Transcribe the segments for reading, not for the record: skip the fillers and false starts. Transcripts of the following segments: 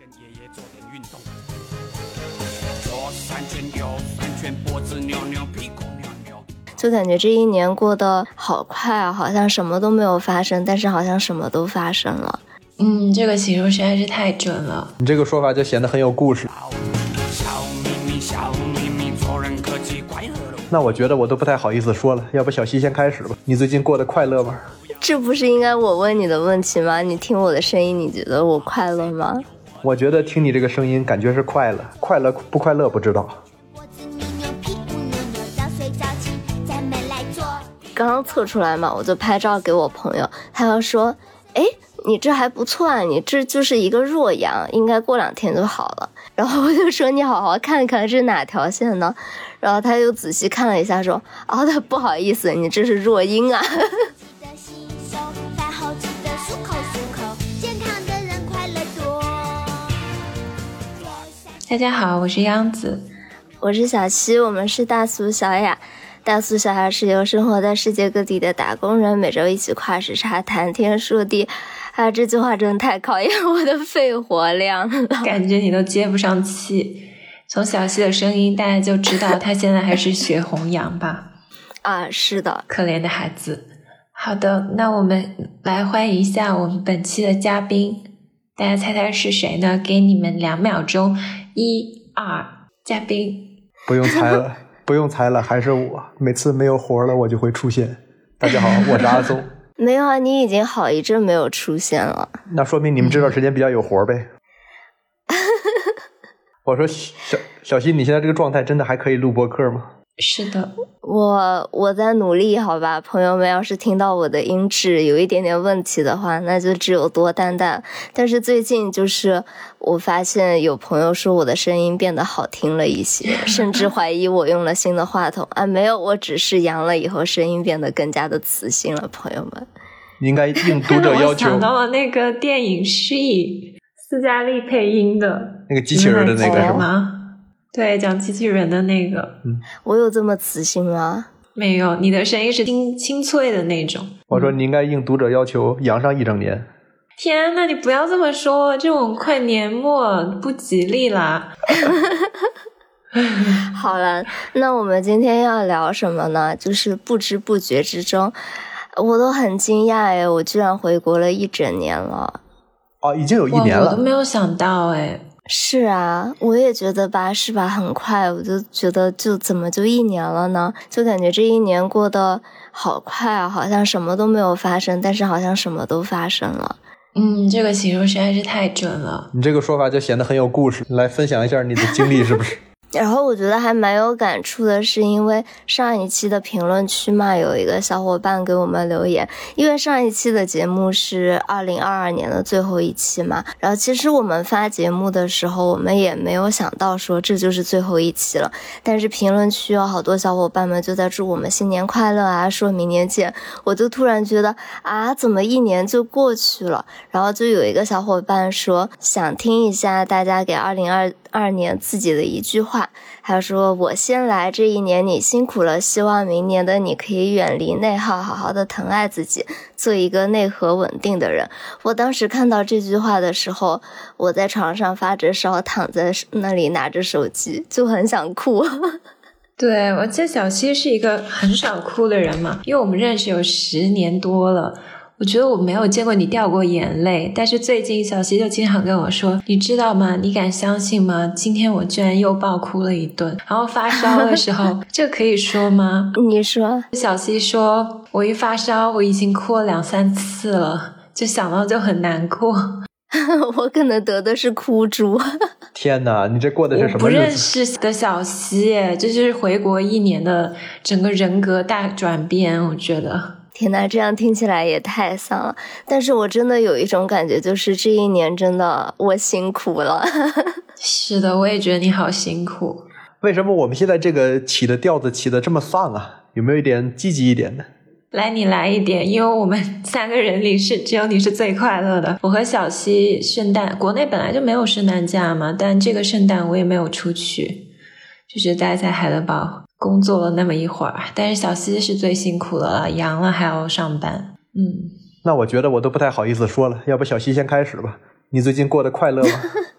就感觉这一年过得好快啊，好像什么都没有发生，但是好像什么都发生了。 这个形容实在是太准了。 你这个说法就显得很有故事。那我觉得我都不太好意思说了，要不小西先开始吧。你最近过得快乐吗？ 这不是应该我问你的问题吗？你听我的声音，你觉得我快乐吗？ 我觉得听你这个声音感觉是快乐，快乐不快乐不知道。 刚刚测出来嘛，我就拍照给我朋友，他要说诶你这还不错啊，你这就是一个弱阳，应该过2天就好了。然后我就说你好好看看是哪条线呢？然后他又仔细看了一下说不好意思，你这是弱阴啊。 大家好，我是央子， 我是小西，我们是大苏小雅。大苏小雅是由生活在世界各地的打工人每周一起跨时差谈天说地。这句话真的太考验我的肺活量了， 感觉你都接不上气。从小西的声音大家就知道他现在还是学弘扬吧。 是的， 可怜的孩子。好的，那我们来欢迎一下我们本期的嘉宾，大家猜猜是谁呢？给你们2秒钟，1、2，嘉宾。 不用猜了不用猜了，还是我，每次没有活了我就会出现。大家好，我是阿松。 没有啊，你已经好一阵没有出现了。 那说明你们这段时间比较有活呗。我说小西，你现在这个状态真的还可以录播客吗？ 是的， 我在努力，好吧，朋友们要是听到我的音质有一点点问题的话，那就只有多担待。但是最近就是我发现有朋友说我的声音变得好听了一些，甚至怀疑我用了新的话筒没有，我只是阳了以后声音变得更加的磁性了，朋友们。 你应该应读者要求。 我想到了那个电影《She》，斯嘉丽配音的那个机器人的那个是吗？ 对，讲机器人的那个。 我有这么磁性吗？ 没有，你的声音是清脆的那种。 我说你应该应读者要求阳上1整年。 天哪，你不要这么说，这种快年末不吉利啦。 好了，那我们今天要聊什么呢？就是不知不觉之中，我都很惊讶我居然回国了1整年了。 已经有1年了。 我都没有想到是啊，我也觉得吧，是吧，很快，我就觉得怎么就1年了呢？就感觉这1年过得好快啊，好像什么都没有发生，但是好像什么都发生了。 这个形容实在是太准了。 你这个说法就显得很有故事，来分享一下你的经历是不是？ 然后我觉得还蛮有感触的，是因为上一期的评论区嘛，有一个小伙伴给我们留言，因为上一期的节目是2022年的最后一期嘛，然后其实我们发节目的时候，我们也没有想到说这就是最后一期了，但是评论区有好多小伙伴们就在祝我们新年快乐啊，说明年见，我就突然觉得怎么1年就过去了，然后就有一个小伙伴说想听一下大家给2022年自己的一句话，他说我先来，这1年你辛苦了，希望明年的你可以远离内耗，好好的疼爱自己，做一个内核稳定的人。我当时看到这句话的时候，我在床上发着烧，躺在那里拿着手机，就很想哭。 对，我记得小七是一个很少哭的人嘛，因为我们认识有10年多了，我觉得我没有见过你掉过眼泪，但是最近小西就经常跟我说，你知道吗？你敢相信吗？今天我居然又爆哭了一顿，然后发烧的时候，这可以说吗？ 你说。 小西说，我一发烧，我已经哭了2-3次了，就想到就很难过。 我可能得的是哭猪。 天哪，你这过的是什么日子？ 我不认识的小西这就是回国1年的整个人格大转变，我觉得。 天哪，这样听起来也太丧了。但是我真的有一种感觉，就是这1年真的我辛苦了。 是的，我也觉得你好辛苦。 为什么我们现在这个起的调子起的这么丧啊？有没有一点积极一点的？ 来，你来一点，因为我们3个人里只有你是最快乐的。我和小西圣诞，国内本来就没有圣诞假嘛，但这个圣诞我也没有出去，就是待在海德堡工作了那么一会儿。但是小西是最辛苦的了，阳了还要上班。 那我觉得我都不太好意思说了，要不小西先开始吧。你最近过得快乐吗？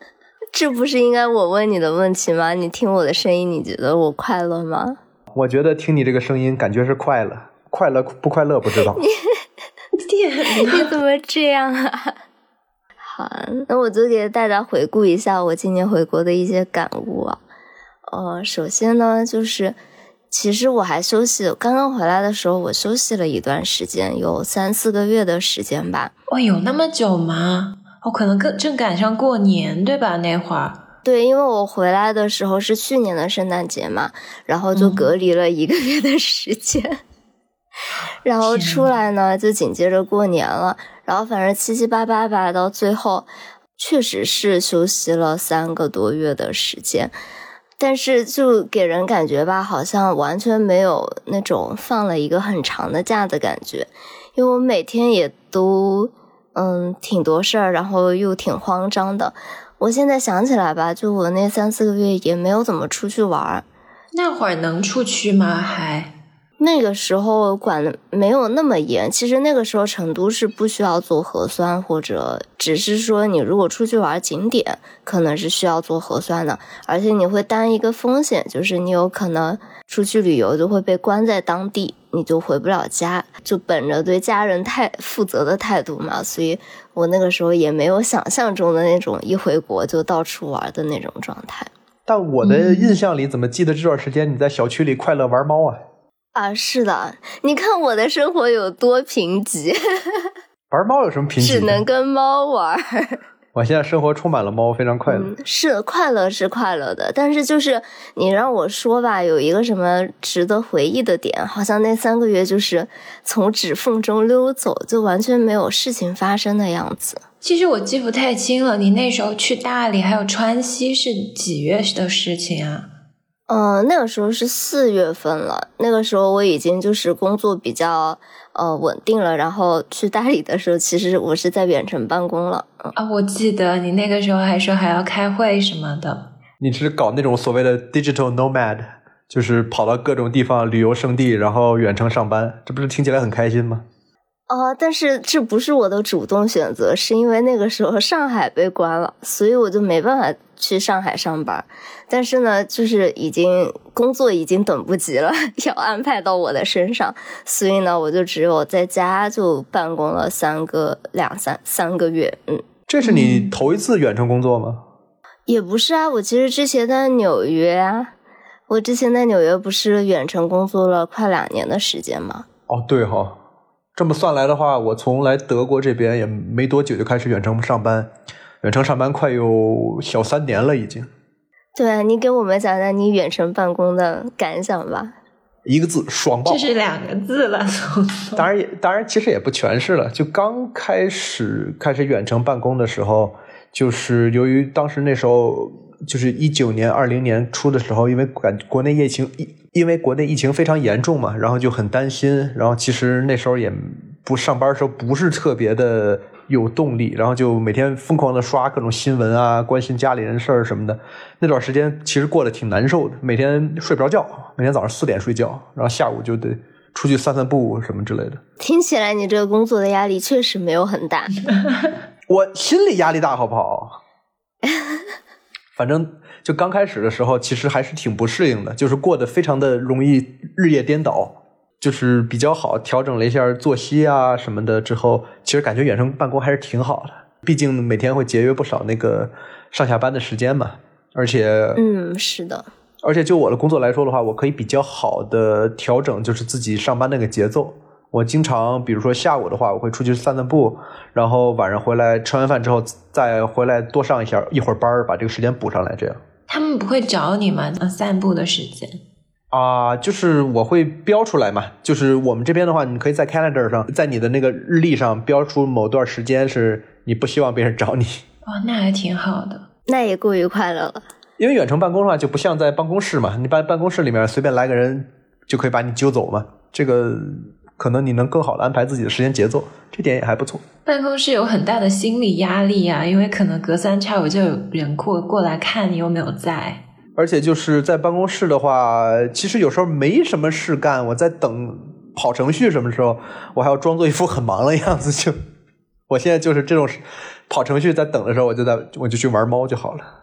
这不是应该我问你的问题吗？你听我的声音，你觉得我快乐吗？ 我觉得听你这个声音感觉是快乐，快乐不快乐不知道。 你怎么这样啊？好，那我就给大家回顾一下我今年回国的一些感悟啊。首先呢，就是其实我还休息，刚刚回来的时候我休息了一段时间，有3-4个月的时间吧。 有那么久吗？可能正赶上过年对吧？那会儿。 对，因为我回来的时候是去年的圣诞节嘛，然后就隔离了1个月的时间。然后出来呢就紧接着过年了，然后反正七七八八吧，到最后确实是休息了3个多月的时间，但是就给人感觉吧，好像完全没有那种放了一个很长的假的感觉，因为我每天也都挺多事儿，然后又挺慌张的。我现在想起来吧，就我那3-4个月也没有怎么出去玩。 那会儿能出去吗？ 那个时候管的没有那么严，其实那个时候成都是不需要做核酸，或者只是说你如果出去玩景点可能是需要做核酸的，而且你会担一个风险，就是你有可能出去旅游就会被关在当地，你就回不了家，就本着对家人负责的态度嘛，所以我那个时候也没有想象中的那种一回国就到处玩的那种状态。 但我的印象里怎么记得这段时间你在小区里快乐玩猫啊？ 是的，你看我的生活有多贫瘠。 玩猫有什么贫瘠？ 只能跟猫玩。 我现在生活充满了猫，非常快乐。 是快乐是快乐的，但是就是你让我说吧，有一个什么值得回忆的点，好像那3个月就是从指缝中溜走，就完全没有事情发生的样子。 其实我记不太清了，你那时候去大理还有川西是几月的事情啊？ 那个时候是4月份了，那个时候我已经就是工作比较稳定了，然后去大理的时候其实我是在远程办公了。 我记得你那个时候还说还要开会什么的。 你是搞那种所谓的 digital nomad， 就是跑到各种地方旅游胜地，然后远程上班，这不是听起来很开心吗？ 但是这不是我的主动选择，是因为那个时候上海被关了，所以我就没办法去上海上班。但是呢，就是工作已经等不及了，要安排到我的身上，所以呢，我就只有在家就办公了3个月。 这是你头一次远程工作吗？ 也不是啊，我其实之前在纽约啊，我之前在纽约不是远程工作了快2年的时间吗？ 对哈。这么算来的话，我从来德国这边也没多久就开始远程上班，快有小3年了已经。对， 你给我们讲讲你远程办公的感想吧。 一个字，爽爆。 这是2个字了。 当然其实也不全是了，就刚开始远程办公的时候，就是由于当时那时候就是19年20年初的时候，因为国内疫情非常严重嘛，然后就很担心，然后其实那时候也不上班的时候不是特别的有动力，然后就每天疯狂的刷各种新闻啊，关心家里人事儿什么的。那段时间其实过得挺难受的，每天睡不着觉，每天早上4点睡觉，然后下午就得出去散步什么之类的。 听起来你这个工作的压力确实没有很大。 我心理压力大好不好？反正就刚开始的时候其实还是挺不适应的，就是过得非常的容易日夜颠倒，就是比较好调整了一下作息啊什么的之后，其实感觉远程办公还是挺好的，毕竟每天会节约不少那个上下班的时间嘛。而且是的， 而且就我的工作来说的话，我可以比较好的调整就是自己上班那个节奏。我经常比如说下午的话我会出去散步，然后晚上回来吃完饭之后再回来多上一会儿班，把这个时间补上来。这样他们不会找你吗？散步的时间就是我会标出来嘛，就是我们这边的话你可以在 calendar 上，在你的那个日历上标出某段时间是你不希望别人找你。 那还挺好的。 那也过于快乐了。 因为远程办公的话就不像在办公室嘛，你办公室里面随便来个人就可以把你揪走嘛，这个可能你能更好的安排自己的时间节奏，这点也还不错。 办公室有很大的心理压力啊，因为可能隔三差五就有人过来看你有没有在。 而且就是在办公室的话，其实有时候没什么事干，我在等跑程序什么时候，我还要装作一副很忙的样子。我现在就是这种跑程序在等的时候，我就去玩猫就好了。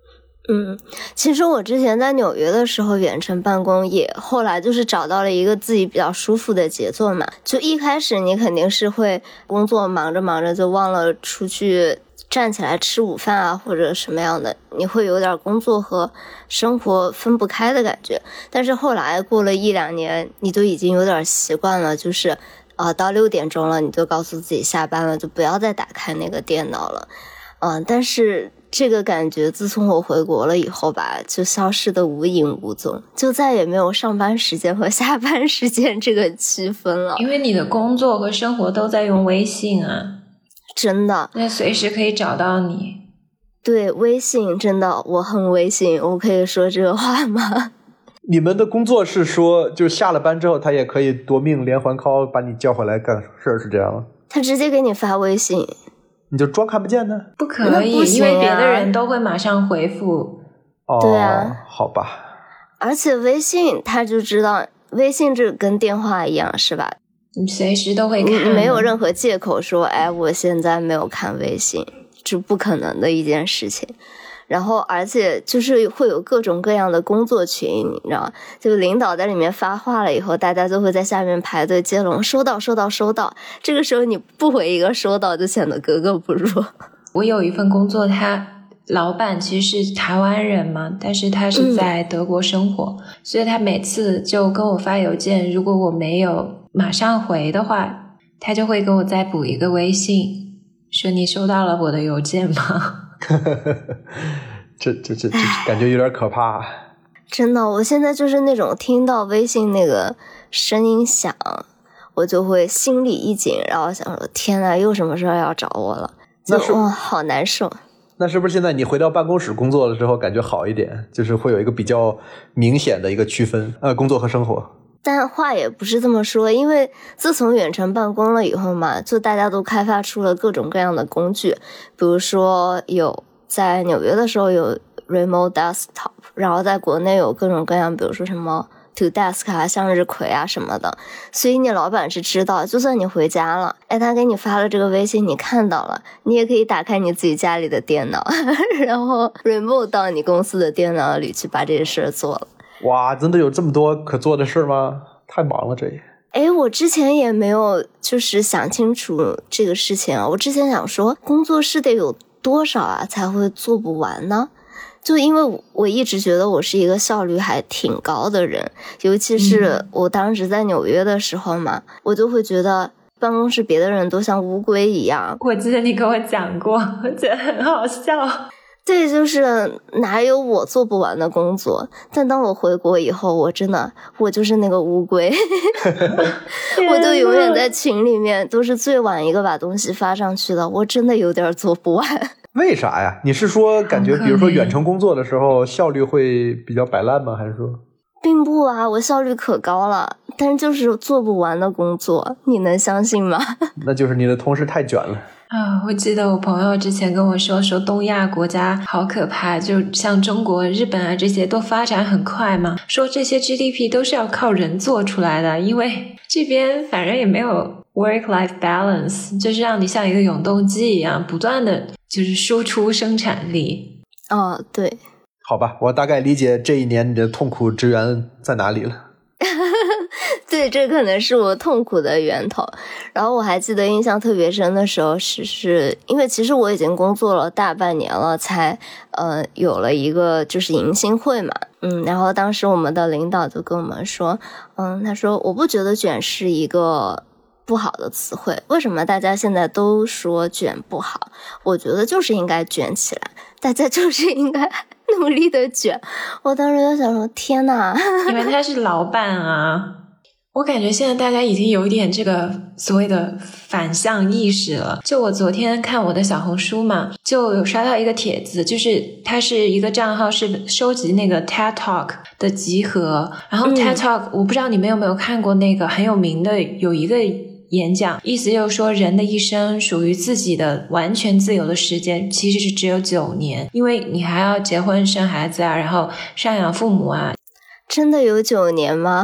其实我之前在纽约的时候远程办公也后来就是找到了一个自己比较舒服的节奏嘛。就一开始你肯定是会工作忙着忙着就忘了出去站起来吃午饭啊或者什么样的，你会有点工作和生活分不开的感觉。但是后来过了1-2年你就已经有点习惯了，就是到6点钟了你就告诉自己下班了，就不要再打开那个电脑了。但是这个感觉自从我回国了以后吧，就消失的无影无踪，就再也没有上班时间和下班时间这个区分了。 因为你的工作和生活都在用微信啊， 真的， 那随时可以找到你。 对，微信真的，我恨微信，我可以说这个话吗？ 你们的工作是说，就下了班之后，他也可以夺命连环 call 把你叫回来干事，是这样吗？ 他直接给你发微信。 你就装看不见呢？ 不可以，因为别的人都会马上回复。 对啊， 好吧。 而且微信他就知道，微信这跟电话一样是吧？ 你随时都会看， 你没有任何借口说我现在没有看微信，这不可能的一件事情。然后而且就是会有各种各样的工作群，你知道吗？就领导在里面发话了以后，大家就会在下面排队接龙，收到。这个时候你不回一个收到就显得格格不入。 我有一份工作，他老板其实是台湾人嘛，但是他是在德国生活，所以他每次就跟我发邮件，如果我没有马上回的话，他就会给我再补一个微信，说你收到了我的邮件吗？ 这感觉有点可怕。 真的，我现在就是那种听到微信那个声音响，我就会心里一紧，然后想说天哪，又什么事儿要找我了，就哇好难受。 那是不是现在你回到办公室工作了之后感觉好一点，就是会有一个比较明显的一个区分工作和生活？ 但话也不是这么说，因为自从远程办公了以后嘛，就大家都开发出了各种各样的工具，比如说有在纽约的时候有 remote desktop， 然后在国内有各种各样，比如说什么 Todesk 啊、向日葵啊什么的，所以你老板是知道，就算你回家了，他给你发了这个微信，你看到了，你也可以打开你自己家里的电脑，然后 remote 到你公司的电脑里去把这个事做了。 哇，真的有这么多可做的事吗？太忙了这也。 我之前也没有就是想清楚这个事情啊。我之前想说工作室得有多少啊才会做不完呢？就因为我一直觉得我是一个效率还挺高的人，尤其是我当时在纽约的时候嘛，我就会觉得办公室别的人都像乌龟一样。 我记得你跟我讲过，我觉得很好笑。 对，就是哪有我做不完的工作。但当我回国以后，我就是那个乌龟我就永远在群里面都是最晚一个把东西发上去的，我真的有点做不完。 为啥呀？你是说感觉比如说远程工作的时候效率会比较摆烂吗？还是说并不啊，我效率可高了，但是就是做不完的工作，你能相信吗？ 那就是你的同事太卷了我记得我朋友之前跟我说东亚国家好可怕，就像中国、日本啊这些都发展很快嘛，说这些 GDP 都是要靠人做出来的，因为这边反正也没有 work-life balance， 就是让你像一个永动机一样不断的就是输出生产力。 对， 好吧，我大概理解这一年你的痛苦之源在哪里了。 对，这可能是我痛苦的源头。然后我还记得印象特别深的时候是因为其实我已经工作了大半年了，才有了一个就是迎新会嘛。然后当时我们的领导就跟我们说，他说我不觉得卷是一个不好的词汇，为什么大家现在都说卷不好？我觉得就是应该卷起来，大家就是应该努力的卷。我当时就想说天哪， 因为他是老板啊。我感觉现在大家已经有一点这个所谓的反向意识了。就我昨天看我的小红书嘛，就有刷到一个帖子，就是它是一个账号是收集那个 TED Talk 的集合，然后 TED Talk 我不知道你们有没有看过那个很有名的有一个演讲，意思就是说人的一生属于自己的完全自由的时间其实是只有9年，因为你还要结婚生孩子啊，然后赡养父母啊。 真的有9年吗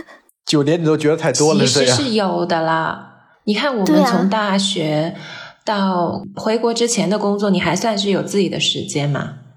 ？9年你都觉得太多了， 其实是有的啦。你看我们从大学到回国之前的工作，你还算是有自己的时间嘛？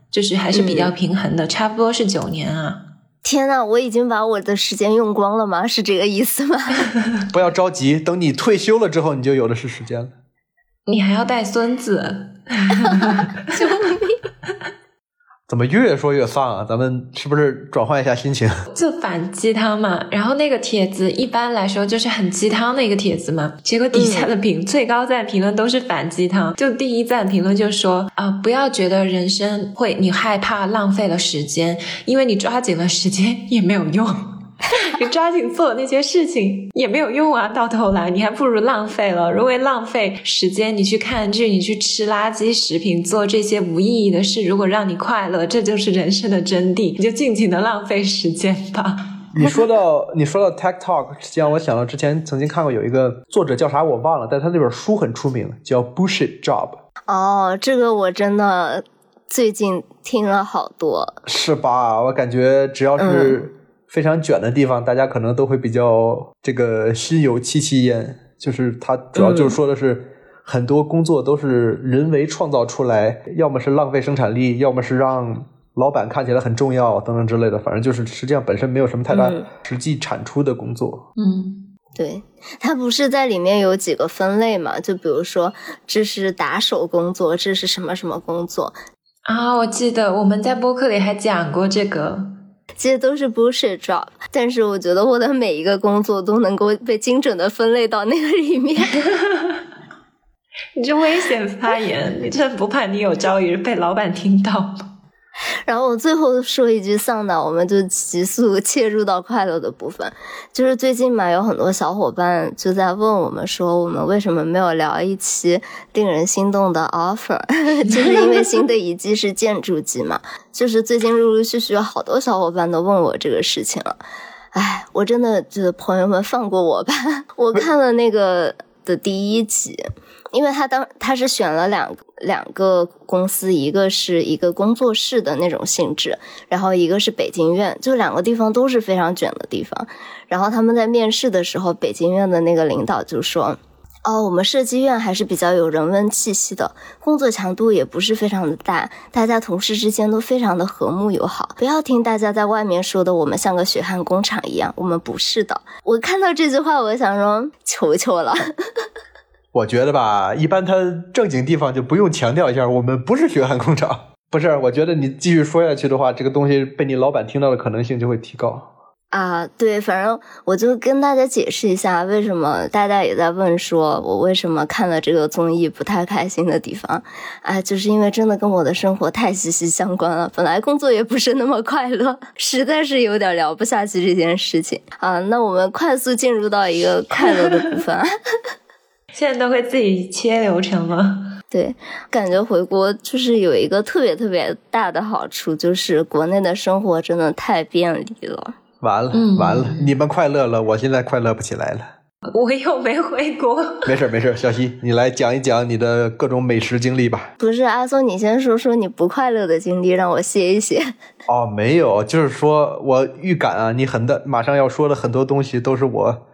就是还是比较平衡的，差不多是9年啊。 天哪，我已经把我的时间用光了吗？是这个意思吗？ 不要着急，等你退休了之后，你就有的是时间了。 你还要带孙子。 救命！ 怎么越说越丧啊？咱们是不是转换一下心情？ 就反鸡汤嘛，然后那个帖子一般来说就是很鸡汤的一个帖子嘛，结果底下的最高赞评论都是反鸡汤。就第一赞评论就说不要觉得人生你害怕浪费了时间，因为你抓紧了时间也没有用。你抓紧做那些事情也没有用啊，到头来你还不如浪费了。如果浪费时间，你去看剧，你去吃垃圾食品，做这些无意义的事，如果让你快乐，这就是人生的真谛，你就尽情的浪费时间吧。 你说到 Tech Talk， 实际上我想到之前曾经看过有一个作者叫啥我忘了，但他那本书很出名，叫 Bullshit Job。 这个我真的最近听了好多。是吧？我感觉只要是非常卷的地方，大家可能都会比较这个心有戚戚焉。就是他主要就是说的是很多工作都是人为创造出来，要么是浪费生产力，要么是让老板看起来很重要等等之类的，反正就是实际上本身没有什么太大实际产出的工作。 对，它不是在里面有几个分类嘛？就比如说这是打手工作，这是什么什么工作啊？我记得我们在播客里还讲过这个。 这些都是 bullshit job， 但是我觉得我的每一个工作都能够被精准的分类到那个里面。 你这危险发言，你真不怕你有朝一日被老板听到吗？ 然后我最后说一句丧的，我们就急速切入到快乐的部分。就是最近嘛，有很多小伙伴就在问我们说，我们为什么没有聊一期令人心动的 offer。 就是因为新的一季是建筑季嘛，就是最近陆陆续续有好多小伙伴都问我这个事情了。我真的觉得朋友们放过我吧。我看了那个的第1集，因为他是选了两个公司，一个是一个工作室的那种性质，然后一个是北京院，就2个地方都是非常卷的地方。然后他们在面试的时候，北京院的那个领导就说我们设计院还是比较有人文气息的，工作强度也不是非常的大，大家同事之间都非常的和睦友好，不要听大家在外面说的我们像个血汗工厂一样，我们不是的。我看到这句话我想说求求了。 我觉得吧，一般他正经地方就不用强调一下我们不是血汗工厂。不是，我觉得你继续说下去的话，这个东西被你老板听到的可能性就会提高。 对，反正我就跟大家解释一下为什么大家也在问说我为什么看了这个综艺不太开心的地方。就是因为真的跟我的生活太息息相关了，本来工作也不是那么快乐，实在是有点聊不下去这件事情。那我们快速进入到一个快乐的部分。 现在都会自己切流程吗？ 对，感觉回国就是有一个特别特别大的好处，就是国内的生活真的太便利了。 完了，你们快乐了，我现在快乐不起来了。 我又没回国。没事，小西，你来讲一讲你的各种美食经历吧。 不是，阿松，你先说说你不快乐的经历，让我歇一歇。 没有，就是说我预感你马上要说的很多东西都是我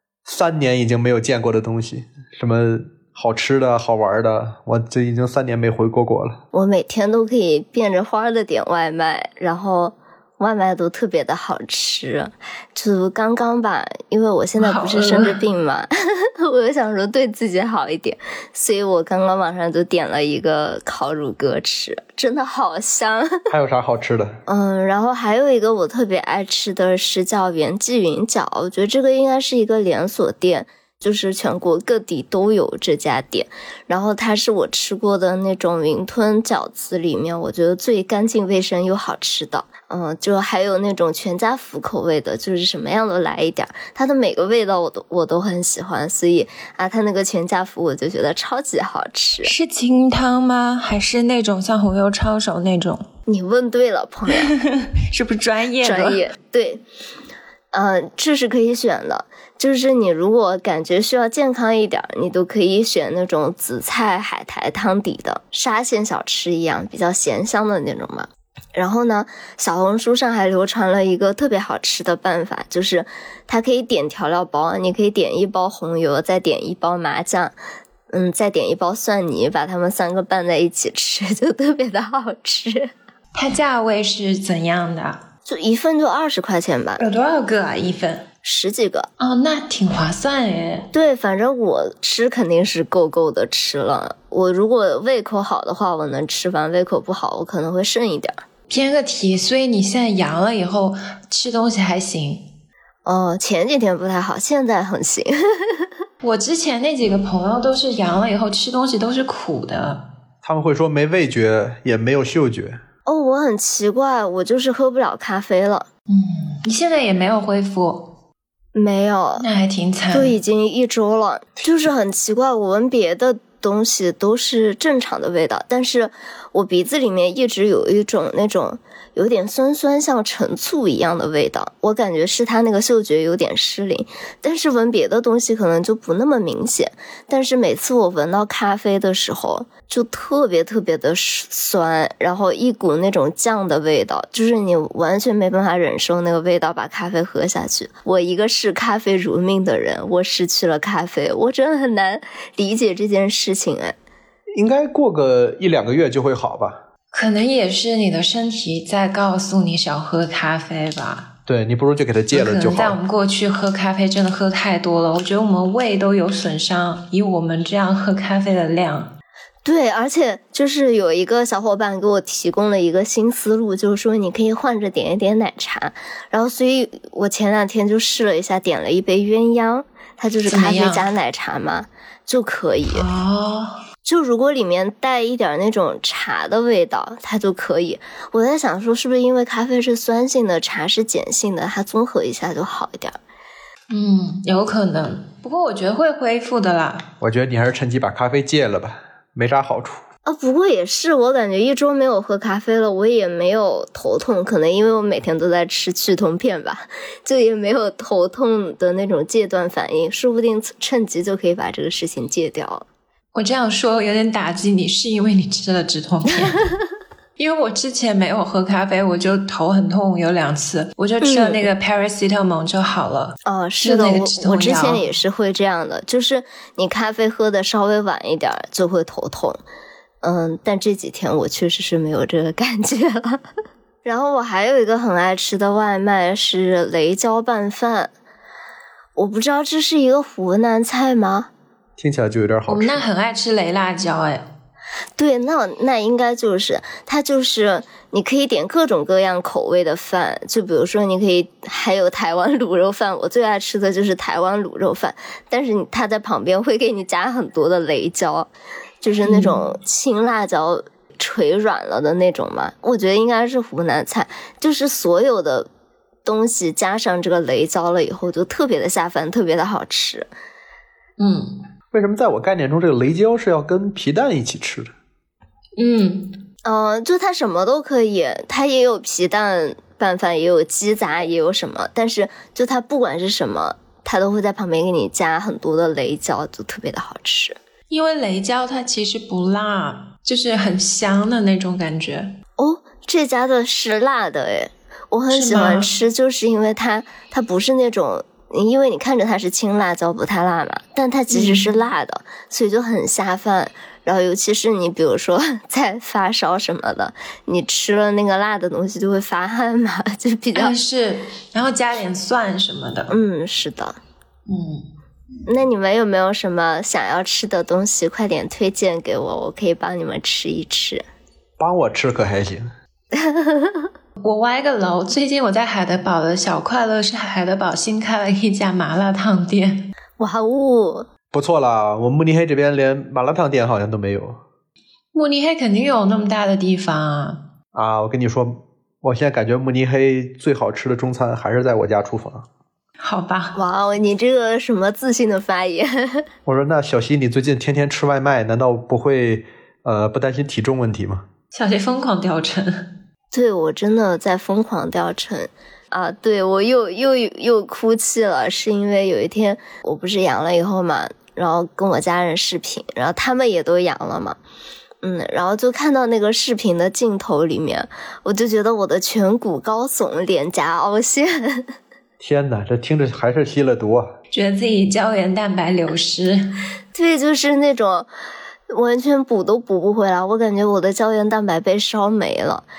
3年已经没有见过的东西，什么好吃的好玩的，我这已经3年没回过国了。 我每天都可以变着花的点外卖，然后外卖都特别的好吃。就刚刚吧，因为我现在不是生着病嘛，我就想说对自己好一点，所以我刚刚晚上就点了一个烤乳鸽吃，真的好香。 还有啥好吃的？ 然后还有一个我特别爱吃的是叫袁记云饺，我觉得这个应该是一个连锁店，就是全国各地都有这家店，然后它是我吃过的那种云吞饺子里面我觉得最干净卫生又好吃的。就还有那种全家福口味的，就是什么样都来一点，它的每个味道我都很喜欢，所以它那个全家福我就觉得超级好吃。 是清汤吗？还是那种像红油抄手那种？ 你问对了，朋友。 是不是专业的？ 专业，对。这是可以选的，就是你如果感觉需要健康一点，你都可以选那种紫菜海苔汤底的沙县小吃一样比较咸香的那种嘛。然后呢，小红书上还流传了一个特别好吃的办法，就是它可以点调料包，你可以点1包红油，再点1包麻酱，再点1包蒜泥，把它们3个拌在一起吃，就特别的好吃。 它价位是怎样的？ 就一份就20块钱吧。 有多少个啊？一份 10几个。 哦，那挺划算耶。 对，反正我吃肯定是够的吃了。我如果胃口好的话，我能吃完；胃口不好，我可能会剩一点。 偏个题，所以你现在阳了以后吃东西还行？ 前几天不太好，现在很行。 我之前那几个朋友都是阳了以后吃东西都是苦的， 他们会说没味觉也没有嗅觉。 我很奇怪，我就是喝不了咖啡了。 你现在也没有恢复？ 没有， 那还挺惨， 都已经1周了。就是很奇怪，我闻别的东西都是正常的味道，但是我鼻子里面一直有一种那种有点酸酸像陈醋一样的味道，我感觉是它那个嗅觉有点失灵，但是闻别的东西可能就不那么明显。但是每次我闻到咖啡的时候就特别的酸，然后一股那种酱的味道，就是你完全没办法忍受那个味道，把咖啡喝下去。我一个视咖啡如命的人，我失去了咖啡，我真的很难理解这件事情。 应该过个1-2个月就会好吧？ 可能也是你的身体在告诉你少喝咖啡吧。 对，你不如就给它戒了就好。 可能在我们过去喝咖啡真的喝太多了，我觉得我们胃都有损伤，以我们这样喝咖啡的量。 对，而且就是有一个小伙伴给我提供了一个新思路，就是说你可以换着点一点奶茶，然后所以我前2天就试了一下，点了一杯鸳鸯，它就是咖啡加奶茶嘛，就可以。就如果里面带一点那种茶的味道，它就可以。我在想说是不是因为咖啡是酸性的，茶是碱性的，它综合一下就好一点。 有可能，不过我觉得会恢复的啦。 我觉得你还是趁机把咖啡戒了吧，没啥好处。 不过也是，我感觉1周没有喝咖啡了，我也没有头痛，可能因为我每天都在吃去痛片吧，就也没有头痛的那种戒断反应，说不定趁机就可以把这个事情戒掉。 我这样说有点打击你，是因为你吃了止痛片。因为我之前没有喝咖啡，我就头很痛，有2次，我就吃了那个 paracetamol 就好了。 是的，我之前也是会这样的，就是你咖啡喝的稍微晚一点就会头痛。但这几天我确实是没有这个感觉了。然后我还有一个很爱吃的外卖是雷椒拌饭，我不知道这是一个湖南菜吗？ 听起来就有点好吃。 我们那很爱吃雷辣椒对，那应该就是它，就是你可以点各种各样口味的饭，就比如说你可以还有台湾卤肉饭，我最爱吃的就是台湾卤肉饭，但是它在旁边会给你加很多的雷椒，就是那种青辣椒捶软了的那种嘛，我觉得应该是湖南菜，就是所有的东西加上这个雷椒了以后就特别的下饭，特别的好吃。 为什么在我概念中这个雷椒是要跟皮蛋一起吃的？ 就它什么都可以，它也有皮蛋拌饭，也有鸡杂，也有什么，但是就它不管是什么，它都会在旁边给你加很多的雷椒，就特别的好吃。 因为雷椒它其实不辣，就是很香的那种感觉。 这家的是辣的我很喜欢吃，就是因为它不是那种，因为你看着它是青辣椒不太辣嘛，但它其实是辣的，所以就很下饭。然后尤其是你比如说在发烧什么的，你吃了那个辣的东西就会发汗嘛，就比较是，然后加点蒜什么的。 是的。那你们有没有什么想要吃的东西，快点推荐给我，我可以帮你们吃一吃。 帮我吃可还行。 我歪个楼，最近我在海德堡的小快乐是海德堡新开了一家麻辣烫店。 哇哦， 不错啦，我慕尼黑这边连麻辣烫店好像都没有。 慕尼黑肯定有那么大的地方我跟你说，我现在感觉慕尼黑最好吃的中餐还是在我家厨房。 好吧。 哇哦，你这个什么自信的发言。 我说那小西你最近天天吃外卖，难道不会不担心体重问题吗？ 小西疯狂掉秤。 对，我真的在疯狂掉秤对，我又哭泣了，是因为有一天我不是阳了以后嘛，然后跟我家人视频，然后他们也都阳了嘛，然后就看到那个视频的镜头里面，我就觉得我的颧骨高耸，脸颊凹陷。 天哪，这听着还是吸了毒啊！ 觉得自己胶原蛋白流失。 对，就是那种完全补都补不回来，我感觉我的胶原蛋白被烧没了。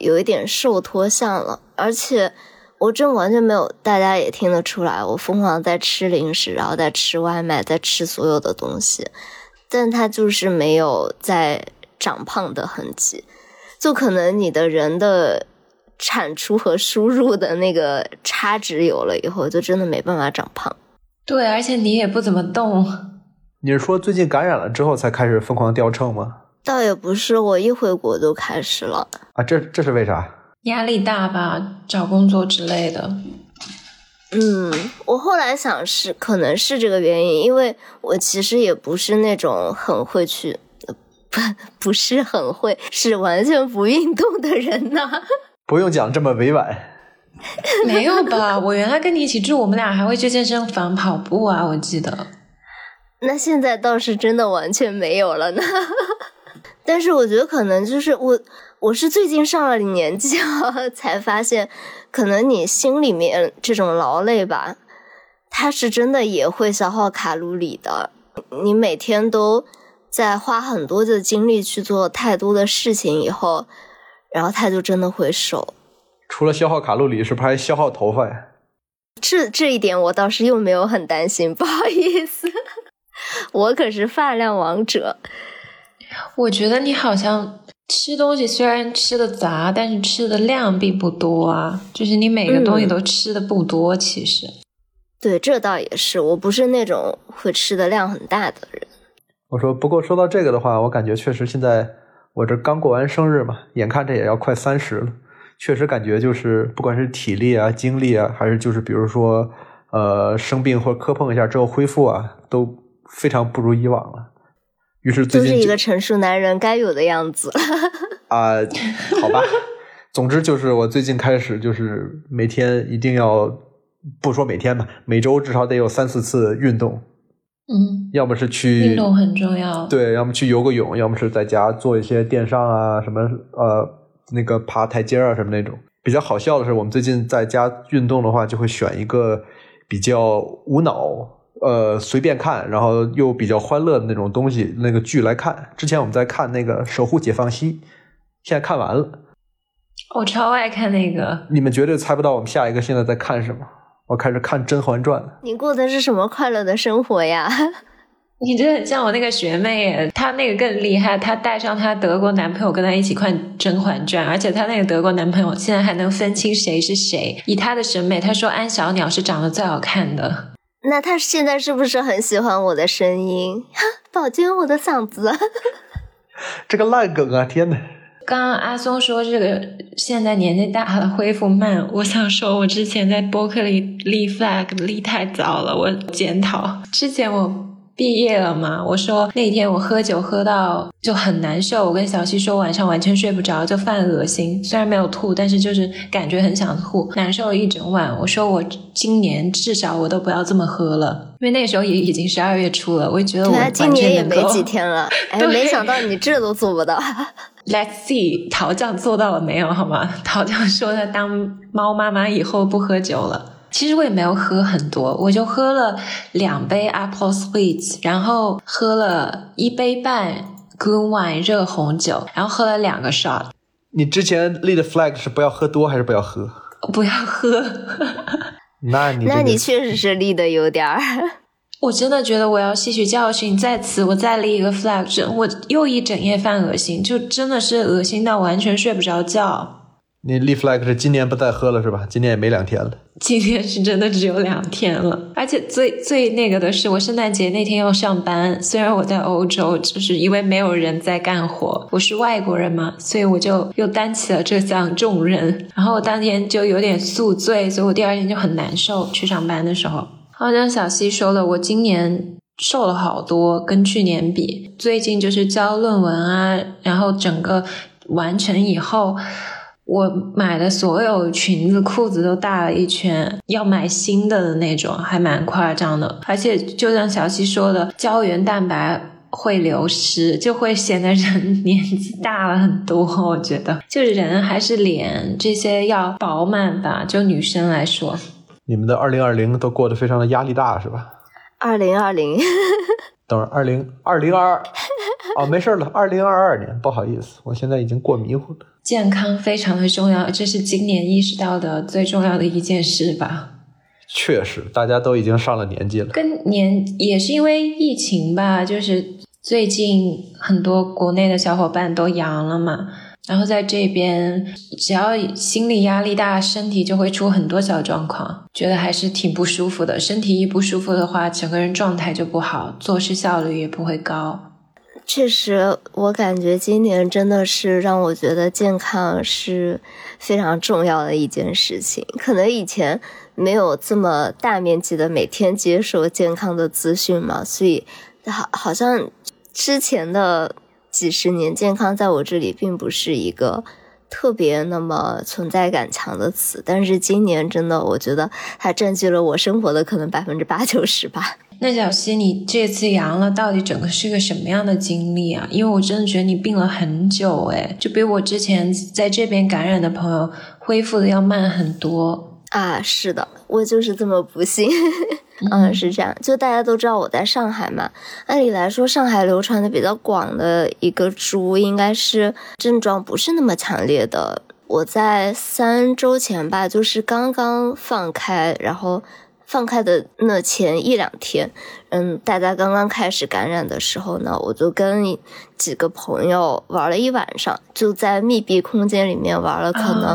有一点瘦脱相了，而且我真完全没有，大家也听得出来，我疯狂在吃零食，然后在吃外卖，在吃所有的东西，但它就是没有在长胖的痕迹，就可能你的人的产出和输入的那个差值有了以后，就真的没办法长胖。 对，而且你也不怎么动。 你是说最近感染了之后才开始疯狂掉秤吗？ 倒也不是，我一回国就开始了。 啊，这是为啥？ 压力大吧，找工作之类的。 我后来想是可能是这个原因，因为我其实也不是那种很会去不是很会，是完全不运动的人呢。 不用讲这么委婉。 没有吧，我原来跟你一起住，我们俩还会去健身房跑步啊，我记得。 那现在倒是真的完全没有了呢。但是我觉得可能就是我是最近上了年纪才发现，可能你心里面这种劳累吧，它是真的也会消耗卡路里的。你每天都在花很多的精力去做太多的事情以后，然后它就真的会瘦。 除了消耗卡路里，是不是还消耗头发呀？ 这一点我倒是又没有很担心，不好意思。我可是发量王者。 我觉得你好像吃东西虽然吃的杂，但是吃的量并不多啊，就是你每个东西都吃的不多，其实。 对，这倒也是，我不是那种会吃的量很大的人。 我说，不过说到这个的话，我感觉确实现在我这刚过完生日嘛，眼看着也要快30了，确实感觉就是不管是体力啊、精力啊，还是就是比如说生病或者磕碰一下之后恢复啊，都非常不如以往了。于是最近就是一个成熟男人该有的样子。 好吧。总之就是我最近开始就是每天一定要，不说每天吧，每周至少得有3-4次运动。要么是去运动很重要。 对，要么去游个泳，要么是在家做一些电商啊，什么那个爬台阶啊什么那种。比较好笑的是，我们最近在家运动的话，就会选一个比较无脑随便看，然后又比较欢乐的那种东西，那个剧来看。之前我们在看那个《守护解放西》，现在看完了。 我超爱看那个。你们绝对猜不到我们下一个现在在看什么。我开始看《甄嬛传》。 你过的是什么快乐的生活呀？ 你真的很像我那个学妹耶，她那个更厉害，她带上她德国男朋友跟她一起看《甄嬛传》，而且她那个德国男朋友现在还能分清谁是谁。以她的审美，她说安小鸟是长得最好看的。 那他现在是不是很喜欢我的声音？宝娟，我的嗓子。 这个烂梗啊，天哪！ 刚刚阿松说这个现在年纪大了恢复慢，我想说我之前在播客里立 flag 立太早了，我检讨。之前我毕业了嘛，我说那天我喝酒喝到就很难受，我跟小西说晚上完全睡不着，就犯恶心，虽然没有吐，但是就是感觉很想吐，难受了一整晚。我说我今年至少我都不要这么喝了，因为那时候也已经12月初了，我觉得我完全能够。 今年也没几天了，没想到你这都做不到。 Let's see 陶酱做到了没有好吗？陶酱说他当猫妈妈以后不喝酒了。其实我也没有喝很多，我就喝了2杯 Apple Sweets， 然后喝了1杯半 Good Wine 热红酒，然后喝了2个 shot。 你之前立的 flag 是不要喝多还是不要喝？ 不要喝。 那你确实是立的有点儿。 我真的觉得我要吸取教训，在此我再立一个 flag， 我又一整夜犯恶心，就真的是恶心到完全睡不着觉。 你立 flag 是今年不再喝了是吧？今年也没2天了。 今天是真的只有2天了，而且最那个的是，我圣诞节那天要上班，虽然我在欧洲，就是因为没有人在干活，我是外国人嘛，所以我就又担起了这项重任。然后我当天就有点宿醉，所以我第2天就很难受，去上班的时候。好像小西说了，我今年瘦了好多，跟去年比。最近就是交论文啊，然后整个完成以后，我买的所有裙子裤子都大了1圈，要买新的那种，还蛮夸张的。而且就像小西说的，胶原蛋白会流失，就会显得人年纪大了很多。我觉得就是人还是脸这些要饱满吧，就女生来说。 你们的2020都过得非常的压力大是吧 ？2020 等会儿2022哦，没事了，2022年，不好意思，我现在已经过迷糊了。 健康非常的重要，这是今年意识到的最重要的一件事吧。 确实大家都已经上了年纪了， 也是因为疫情吧，就是最近很多国内的小伙伴都阳了嘛，然后在这边只要心理压力大，身体就会出很多小状况，觉得还是挺不舒服的。身体一不舒服的话，整个人状态就不好，做事效率也不会高。 确实，我感觉今年真的是让我觉得健康是非常重要的一件事情。可能以前没有这么大面积的每天接受健康的资讯嘛，所以好像之前的几十年，健康在我这里并不是一个特别那么存在感强的词，但是今年真的我觉得它占据了我生活的可能80%-90%吧。 那小溪，你这次阳了，到底整个是个什么样的经历啊？因为我真的觉得你病了很久诶，就比我之前在这边感染的朋友恢复的要慢很多啊。是的，我就是这么不幸是这样。就大家都知道我在上海嘛，按理来说上海流传的比较广的一个株应该是症状不是那么强烈的。我在3周前吧，就是刚刚放开，然后放开的那前1-2天，大家刚刚开始感染的时候呢，我就跟几个朋友玩了一晚上，就在密闭空间里面玩了可能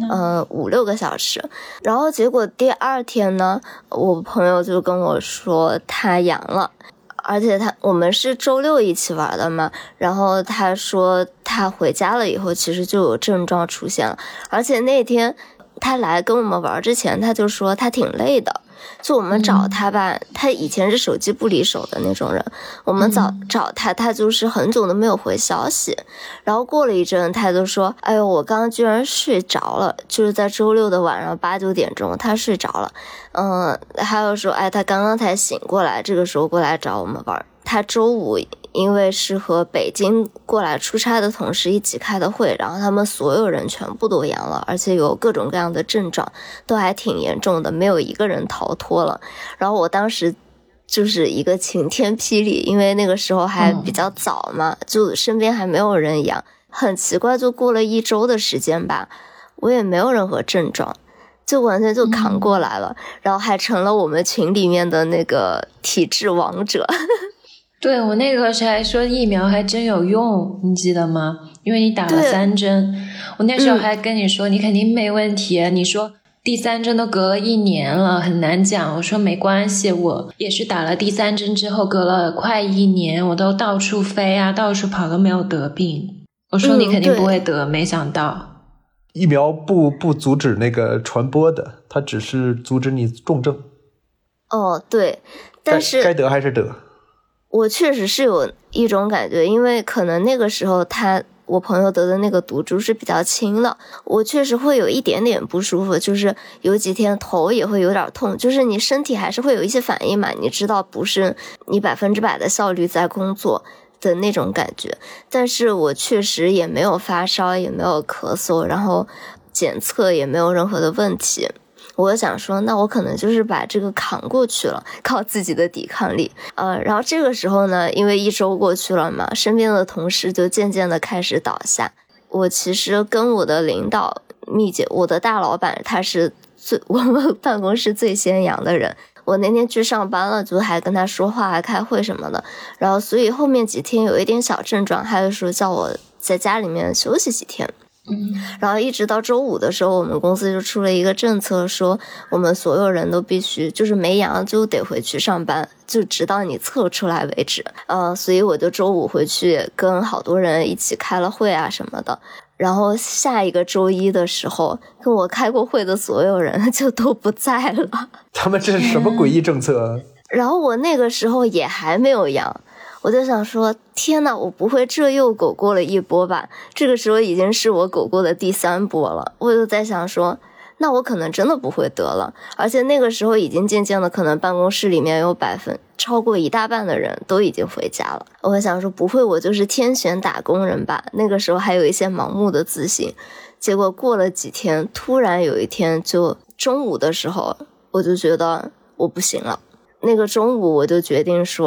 5-6个小时。然后结果第2天呢，我朋友就跟我说他阳了，而且我们是周6一起玩的嘛，然后他说他回家了以后其实就有症状出现了，而且那天他来跟我们玩之前他就说他挺累的，就我们找他吧，他以前是手机不离手的那种人，我们找他，他就是很久都没有回消息，然后过了一阵他就说哎呦我刚刚居然睡着了，就是在周6的晚上8-9点钟他睡着了，还有说他刚刚才醒过来，这个时候过来找我们玩。他周5因为是和北京过来出差的同事一起开的会，然后他们所有人全部都阳了，而且有各种各样的症状，都还挺严重的，没有一个人逃脱了。然后我当时就是一个晴天霹雳，因为那个时候还比较早嘛，就身边还没有人阳，很奇怪，就过了1周的时间吧，我也没有任何症状，就完全就扛过来了，然后还成了我们群里面的那个体质王者。 对，我那个时候还说疫苗还真有用，你记得吗？因为你打了3针，我那时候还跟你说你肯定没问题，你说第3针都隔了1年了，很难讲。我说没关系，我也是打了第3针之后隔了快1年，我都到处飞啊，到处跑都没有得病。我说你肯定不会得，没想到疫苗不阻止那个传播的，它只是阻止你重症。 对，但是该得还是得。 我确实是有一种感觉，因为可能那个时候我朋友得的那个毒株是比较轻的，我确实会有一点点不舒服，就是有几天头也会有点痛，就是你身体还是会有一些反应嘛，你知道不是你100%的效率在工作的那种感觉。但是我确实也没有发烧，也没有咳嗽，然后检测也没有任何的问题。我想说那我可能就是把这个扛过去了，靠自己的抵抗力。然后这个时候呢，因为1周过去了嘛，身边的同事就渐渐的开始倒下。我其实跟我的领导密切，我的大老板他是我们办公室最先阳的人，我那天去上班了，就还跟他说话还开会什么的，然后所以后面几天有一点小症状，他就说叫我在家里面休息几天。然后一直到周5的时候，我们公司就出了一个政策，说我们所有人都必须就是没阳就得回去上班，就直到你测出来为止。所以我就周5回去跟好多人一起开了会啊什么的。然后下一个周1的时候，跟我开过会的所有人就都不在了。 他们这是什么诡异政策啊？ 然后我那个时候也还没有阳。我就想说天哪，我不会这又狗过了一波吧？这个时候已经是我狗过的第3波了。我就在想说那我可能真的不会得了，而且那个时候已经渐渐的可能办公室里面有超过1大半的人都已经回家了。我想说不会我就是天选打工人吧，那个时候还有一些盲目的自信。结果过了几天，突然有一天就中午的时候，我就觉得我不行了。那个中午我就决定说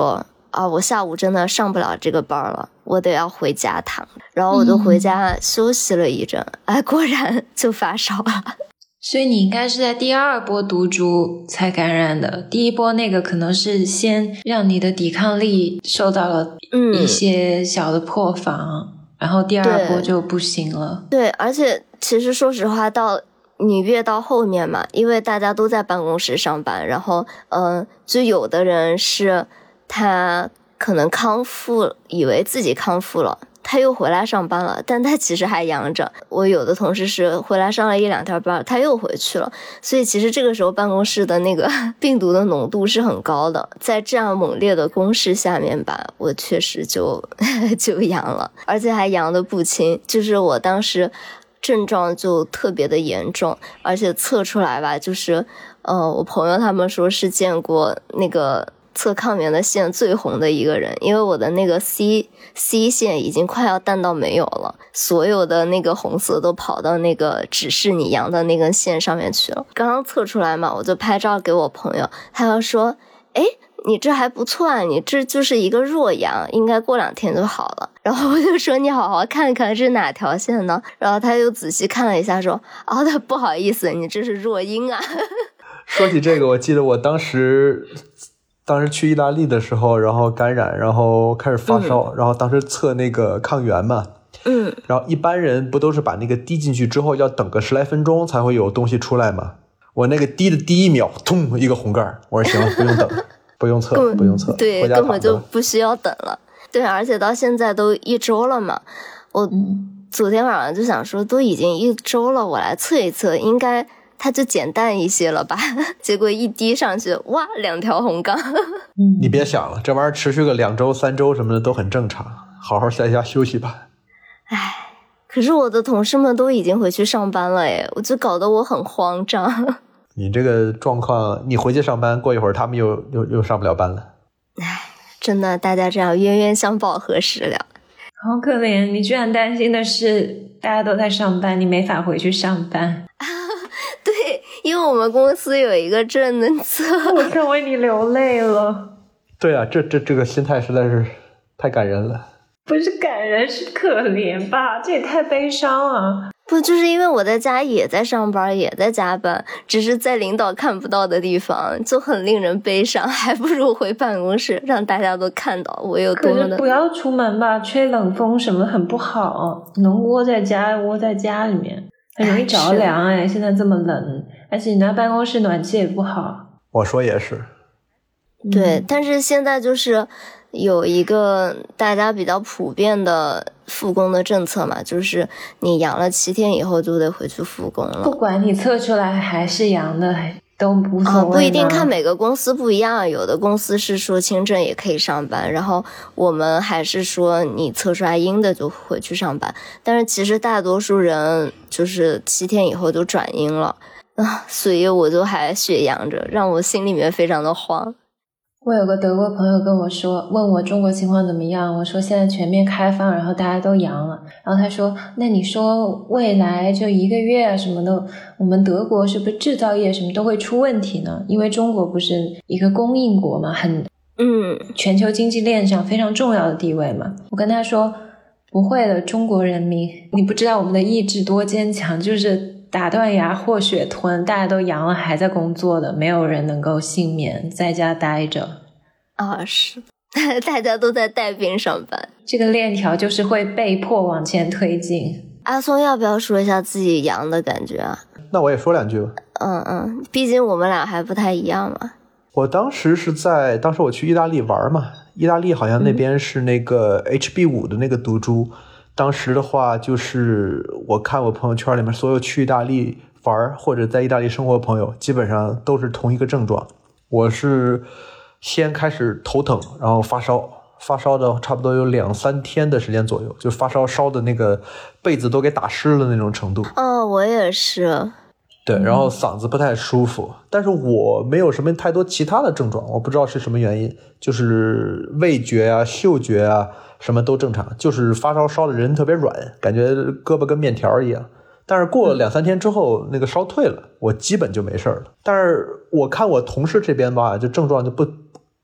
啊，我下午真的上不了这个班了，我得要回家躺。然后我就回家休息了一阵，果然就发烧了。 所以你应该是在第二波毒株才感染的，第一波那个可能是先让你的抵抗力受到了一些小的破防，然后第二波就不行了。 对，而且其实说实话，你越到后面嘛，因为大家都在办公室上班，然后就有的人是他可能康复，以为自己康复了，他又回来上班了，但他其实还阳着。我有的同事是回来上了1-2天班，他又回去了，所以其实这个时候办公室的那个病毒的浓度是很高的。在这样猛烈的攻势下面吧，我确实就阳了，而且还阳的不轻，就是我当时症状就特别的严重，而且测出来吧，就是我朋友他们说是见过那个测抗原的线最红的一个人，因为我的那个 C 线已经快要淡到没有了，所有的那个红色都跑到那个指示你阳的那根线上面去了。刚刚测出来嘛，我就拍照给我朋友，他要说你这还不错啊，你这就是一个弱阳，应该过2天就好了。然后我就说你好好看看是哪条线呢？然后他又仔细看了一下说不好意思，你这是弱阴啊。 说起这个，我记得我当时去意大利的时候，然后感染，然后开始发烧，然后当时测那个抗原嘛，然后一般人不都是把那个滴进去之后要等个10来分钟才会有东西出来吗？我那个滴的第1秒，通一个红盖，我说行了，不用等。不用测， 对，根本就不需要等了。对，而且到现在都1周了嘛，我昨天晚上就想说，都已经1周了，我来测一测，应该它就减淡一些了吧？结果一滴上去，哇，2条红杠。 你别想了，这玩意儿持续个2周、3周什么的都很正常，好好在家休息吧。 可是我的同事们都已经回去上班了我就搞得我很慌张。 你这个状况，你回去上班，过一会儿他们又上不了班了。 真的，大家这样冤冤相报何时了？ 好可怜，你居然担心的是大家都在上班，你没法回去上班。 对，因为我们公司有一个政策。 我真为你流泪了。 对啊，这个心态实在是太感人了。 不是感人，是可怜吧？这也太悲伤了。 不，就是因为我在家也在上班，也在加班，只是在领导看不到的地方，就很令人悲伤，还不如回办公室让大家都看到我有多么的。 可是不要出门吧，吹冷风什么很不好，能窝在家里面，很容易着凉现在这么冷，而且你那办公室暖气也不好。 我说也是。 对，但是现在就是有一个大家比较普遍的复工的政策嘛，就是你阳了7天以后就得回去复工了。 不管你测出来还是阳的都无所谓。 不一定，看每个公司不一样，有的公司是说轻症也可以上班，然后我们还是说你测出来阴的就回去上班。但是其实大多数人就是7天以后就转阴了所以我就还血阳着，让我心里面非常的慌。 我有个德国朋友跟我说，问我中国情况怎么样，我说现在全面开放，然后大家都阳了，然后他说那你说未来就1个月什么的，我们德国是不是制造业什么都会出问题呢？因为中国不是一个供应国嘛，全球经济链上非常重要的地位嘛。我跟他说不会的，中国人民你不知道我们的意志多坚强，就是打断牙或血吞，大家都阳了还在工作的，没有人能够幸免，在家待着。 是大家都在带病上班， 这个链条就是会被迫往前推进。 阿松要不要说一下自己阳的感觉啊？ 那我也说2句吧。 毕竟我们俩还不太一样嘛。 我当时我去意大利玩嘛，意大利好像那边是那个 HB5 的那个毒株。当时的话，就是我看我朋友圈里面所有去意大利玩或者在意大利生活的朋友，基本上都是同一个症状。我是先开始头疼，然后发烧的差不多有2-3天的时间左右，就发烧的那个被子都给打湿了那种程度。 我也是。 对，然后嗓子不太舒服，但是我没有什么太多其他的症状，我不知道是什么原因，就是味觉啊、嗅觉啊什么都正常，就是发烧的人特别软，感觉胳膊跟面条一样。但是过了2-3天之后，那个烧退了，我基本就没事了。但是我看我同事这边吧，就症状就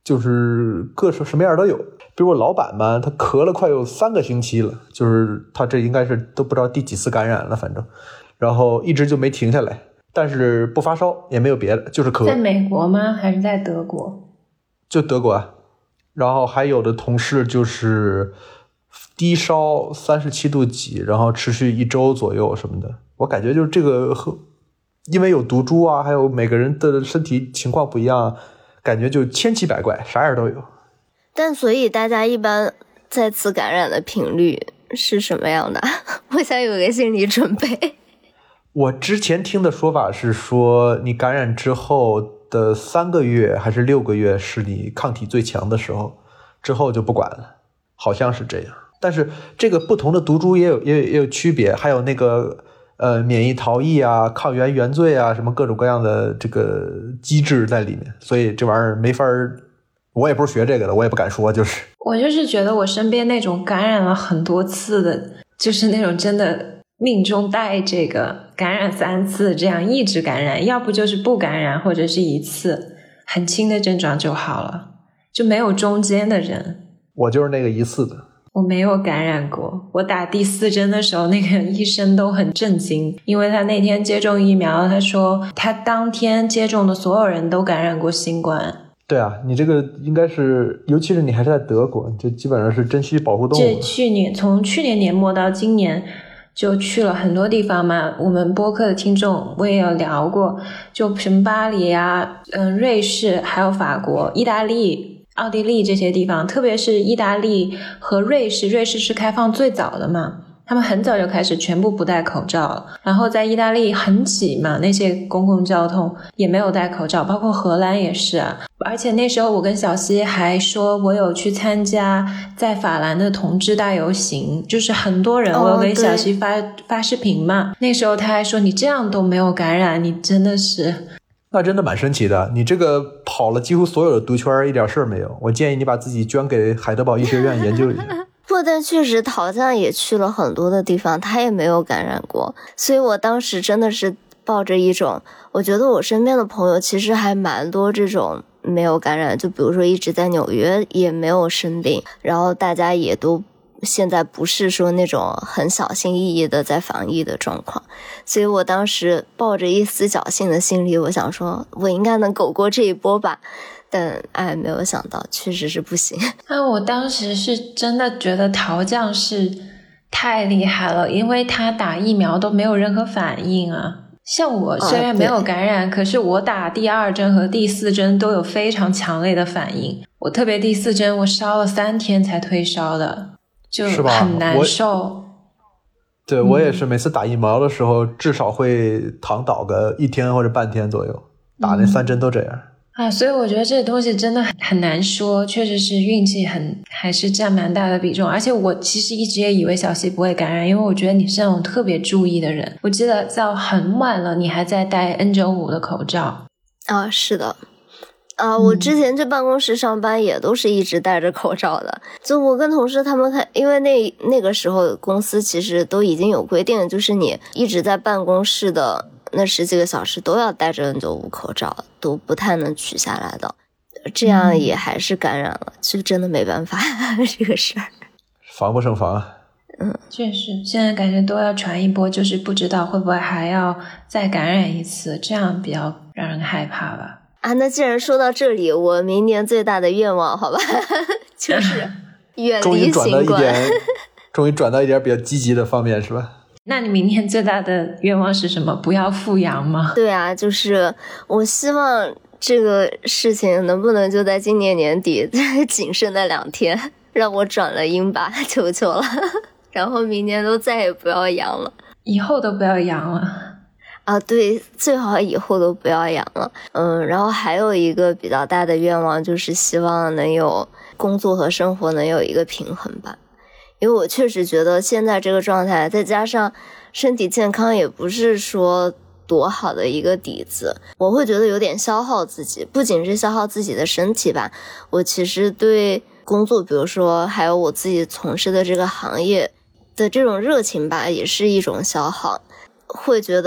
就是各种什么样都有。比如我老板嘛，他咳了快有3个星期了，就是他这应该是都不知道第几次感染了，反正，然后一直就没停下来，但是不发烧也没有别的，就是咳。 在美国吗？还是在德国？ 就德国啊。然后还有的同事就是低烧37度几，然后持续1周左右什么的。我感觉就是这个因为有毒株啊，还有每个人的身体情况不一样，感觉就千奇百怪，啥样都有。 但所以大家一般再次感染的频率是什么样的？我想有个心理准备。 我之前听的说法是说，你感染之后的3个月还是6个月是你抗体最强的时候，之后就不管了，好像是这样。但是这个不同的毒株也有区别，还有那个免疫逃逸啊、抗原原罪啊，什么各种各样的这个机制在里面，所以这玩意儿没法儿。我也不是学这个的，我也不敢说，就是我就是觉得我身边那种感染了很多次的，就是那种真的命中带这个感染3次这样一直感染，要不就是不感染，或者是1次很轻的症状就好了，就没有中间的人。 我就是那个1次的。 我没有感染过，我打第4针的时候，那个医生都很震惊，因为他那天接种疫苗，他说他当天接种的所有人都感染过新冠。 对啊，你这个应该是，尤其是你还是在德国，这基本上是珍稀保护动物。 从去年年末到今年，就去了很多地方嘛。我们播客的听众我也有聊过，就什么巴黎啊、瑞士，还有法国、意大利、奥地利这些地方，特别是意大利和瑞士，瑞士是开放最早的嘛。他们很早就开始全部不戴口罩了，然后在意大利很挤嘛，那些公共交通也没有戴口罩，包括荷兰也是啊。而且那时候我跟小西还说我有去参加在法兰的同志大游行，就是很多人，我有给小西发视频嘛，那时候他还说你这样都没有感染，你真的是， 那真的蛮神奇的。你这个跑了几乎所有的毒圈，一点事儿没有。我建议你把自己捐给海德堡医学院研究一下。 不，但确实陶酱也去了很多的地方，他也没有感染过，所以我当时真的是抱着一种，我觉得我身边的朋友其实还蛮多这种没有感染，就比如说一直在纽约也没有生病，然后大家也都现在不是说那种很小心翼翼的在防疫的状况，所以我当时抱着一丝侥幸的心理，我想说我应该能苟过这一波吧。但没有想到确实是不行。 我当时是真的觉得陶酱是太厉害了，因为他打疫苗都没有任何反应啊。像我虽然没有感染，可是我打第2针和第4针都有非常强烈的反应。我特别第4针我烧了3天才退烧的，就很难受。 对，我也是每次打疫苗的时候至少会躺倒个1天或者半天左右，打那3针都这样。 所以我觉得这东西真的很难说，确实是运气还是占蛮大的比重。而且我其实一直也以为小西不会感染，因为我觉得你是那种特别注意的人。我记得到很晚了你还在戴 N95 的口罩。 是的。我之前去办公室上班也都是一直戴着口罩的。就我跟同事他们看，因为那个时候公司其实都已经有规定，就是你一直在办公室的那10几个小时都要戴着 N95 口罩，都不太能取下来的，这样也还是感染了，就真的没办法这个事儿， 防不胜防啊。 确实，现在感觉都要传一波，就是不知道会不会还要再感染一次，这样比较让人害怕吧。 那既然说到这里，我明年最大的愿望好吧就是远离新冠。 终于转到一点比较积极的方面是吧？ 那你明天最大的愿望是什么？不要复阳吗？ 对啊，就是我希望这个事情能不能就在今年年底在仅剩的2天让我转了阴吧，求求了然后明年都再也不要阳了， 以后都不要阳了对，最好以后都不要阳了。然后还有一个比较大的愿望，就是希望能有工作和生活能有一个平衡吧。因为我确实觉得现在这个状态，再加上身体健康也不是说多好的一个底子，我会觉得有点消耗自己，不仅是消耗自己的身体吧，我其实对工作，比如说还有我自己从事的这个行业的这种热情吧，也是一种消耗，会觉得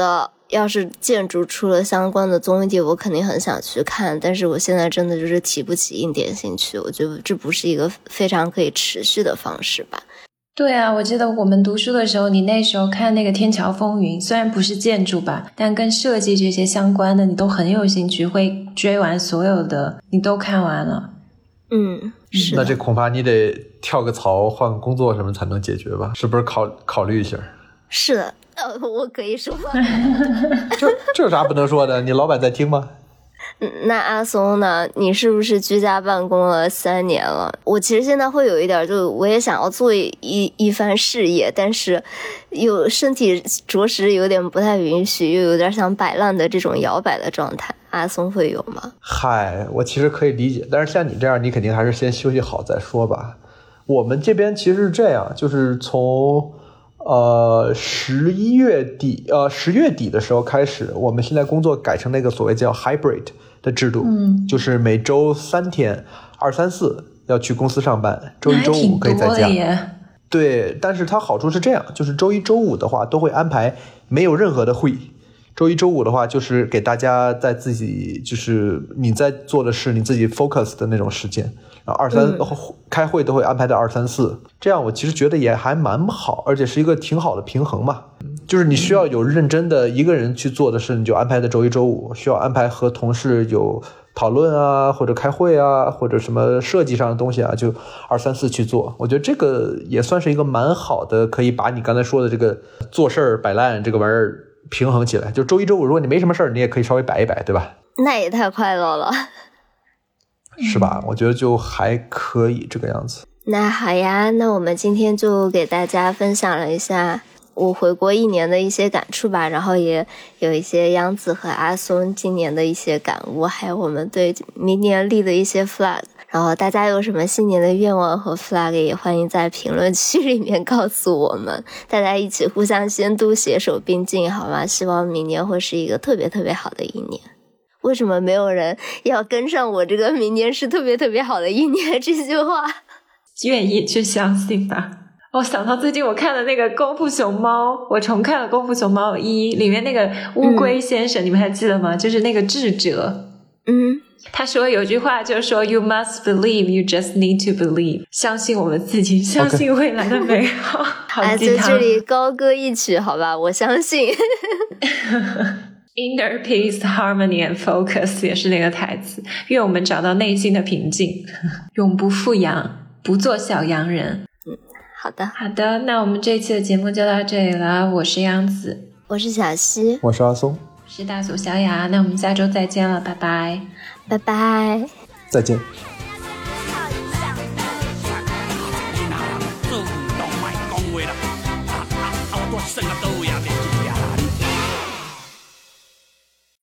要是建筑出了相关的综艺，我肯定很想去看，但是我现在真的就是提不起一点兴趣，我觉得这不是一个非常可以持续的方式吧。 对啊，我记得我们读书的时候，你那时候看那个《天桥风云》，虽然不是建筑吧，但跟设计这些相关的你都很有兴趣，会追完所有的，你都看完了。 是的。 那这恐怕你得跳个槽换个工作什么才能解决吧？是不是考虑一下？ 是的，我可以说吗？ 这有啥不能说的？你老板在听吗？ 那阿松呢？你是不是居家办公了3年了？我其实现在会有一点，就我也想要做一番事业，但是身体着实有点不太允许，又有点想摆烂的这种摇摆的状态。阿松会有吗？ 嗨，我其实可以理解，但是像你这样，你肯定还是先休息好再说吧。我们这边其实是这样，就是从10月底的时候开始，我们现在工作改成那个所谓叫 hybrid 的制度，就是每周3天，2、3、4要去公司上班，周一周五可以在家。对，但是它好处是这样，就是周一周五的话都会安排没有任何的会议。周一周五的话就是给大家在自己就是你在做的事你自己 focus 的那种时间，然后2、3开会都会安排在2、3、4，这样我其实觉得也还蛮好，而且是一个挺好的平衡嘛。就是你需要有认真的一个人去做的事，你就安排在周一周五；需要安排和同事有讨论啊，或者开会啊，或者什么设计上的东西啊，就2、3、4去做。我觉得这个也算是一个蛮好的，可以把你刚才说的这个做事儿摆烂这个玩意儿平衡起来。就周一周五如果你没什么事儿，你也可以稍微摆一摆，对吧？ 那也太快乐了， 是吧？我觉得就还可以这个样子。 那好呀，那我们今天就给大家分享了一下我回国1年的一些感触吧，然后也有一些央子和阿松今年的一些感悟，还有我们对明年立的一些 flag。然后大家有什么新年的愿望和 flag 也欢迎在评论区里面告诉我们，大家一起互相监督，携手并进，好吗？希望明年会是一个特别特别好的一年。为什么没有人要跟上我这个明年是特别特别好的一年这句话？ 愿意去相信吧。我想到最近我看的那个功夫熊猫，我重看了功夫熊猫1里面那个乌龟先生，你们还记得吗？就是那个智者。他说有句话就是说 You must believe, you just need to believe， 相信我们自己，相信未来的美好。好鸡汤。在这里高歌一曲好吧，我相信。Inner peace, harmony and focus 也是那个台词，愿我们找到内心的平静，永不富养，不做小洋人。好的，那我们这期的节目就到这里了。我是杨子， 我是小溪， 我是阿松， 是大组小雅。那我们下周再见了，拜拜， 拜拜， 再见。 都唔当埋讲话啦，我多成日都。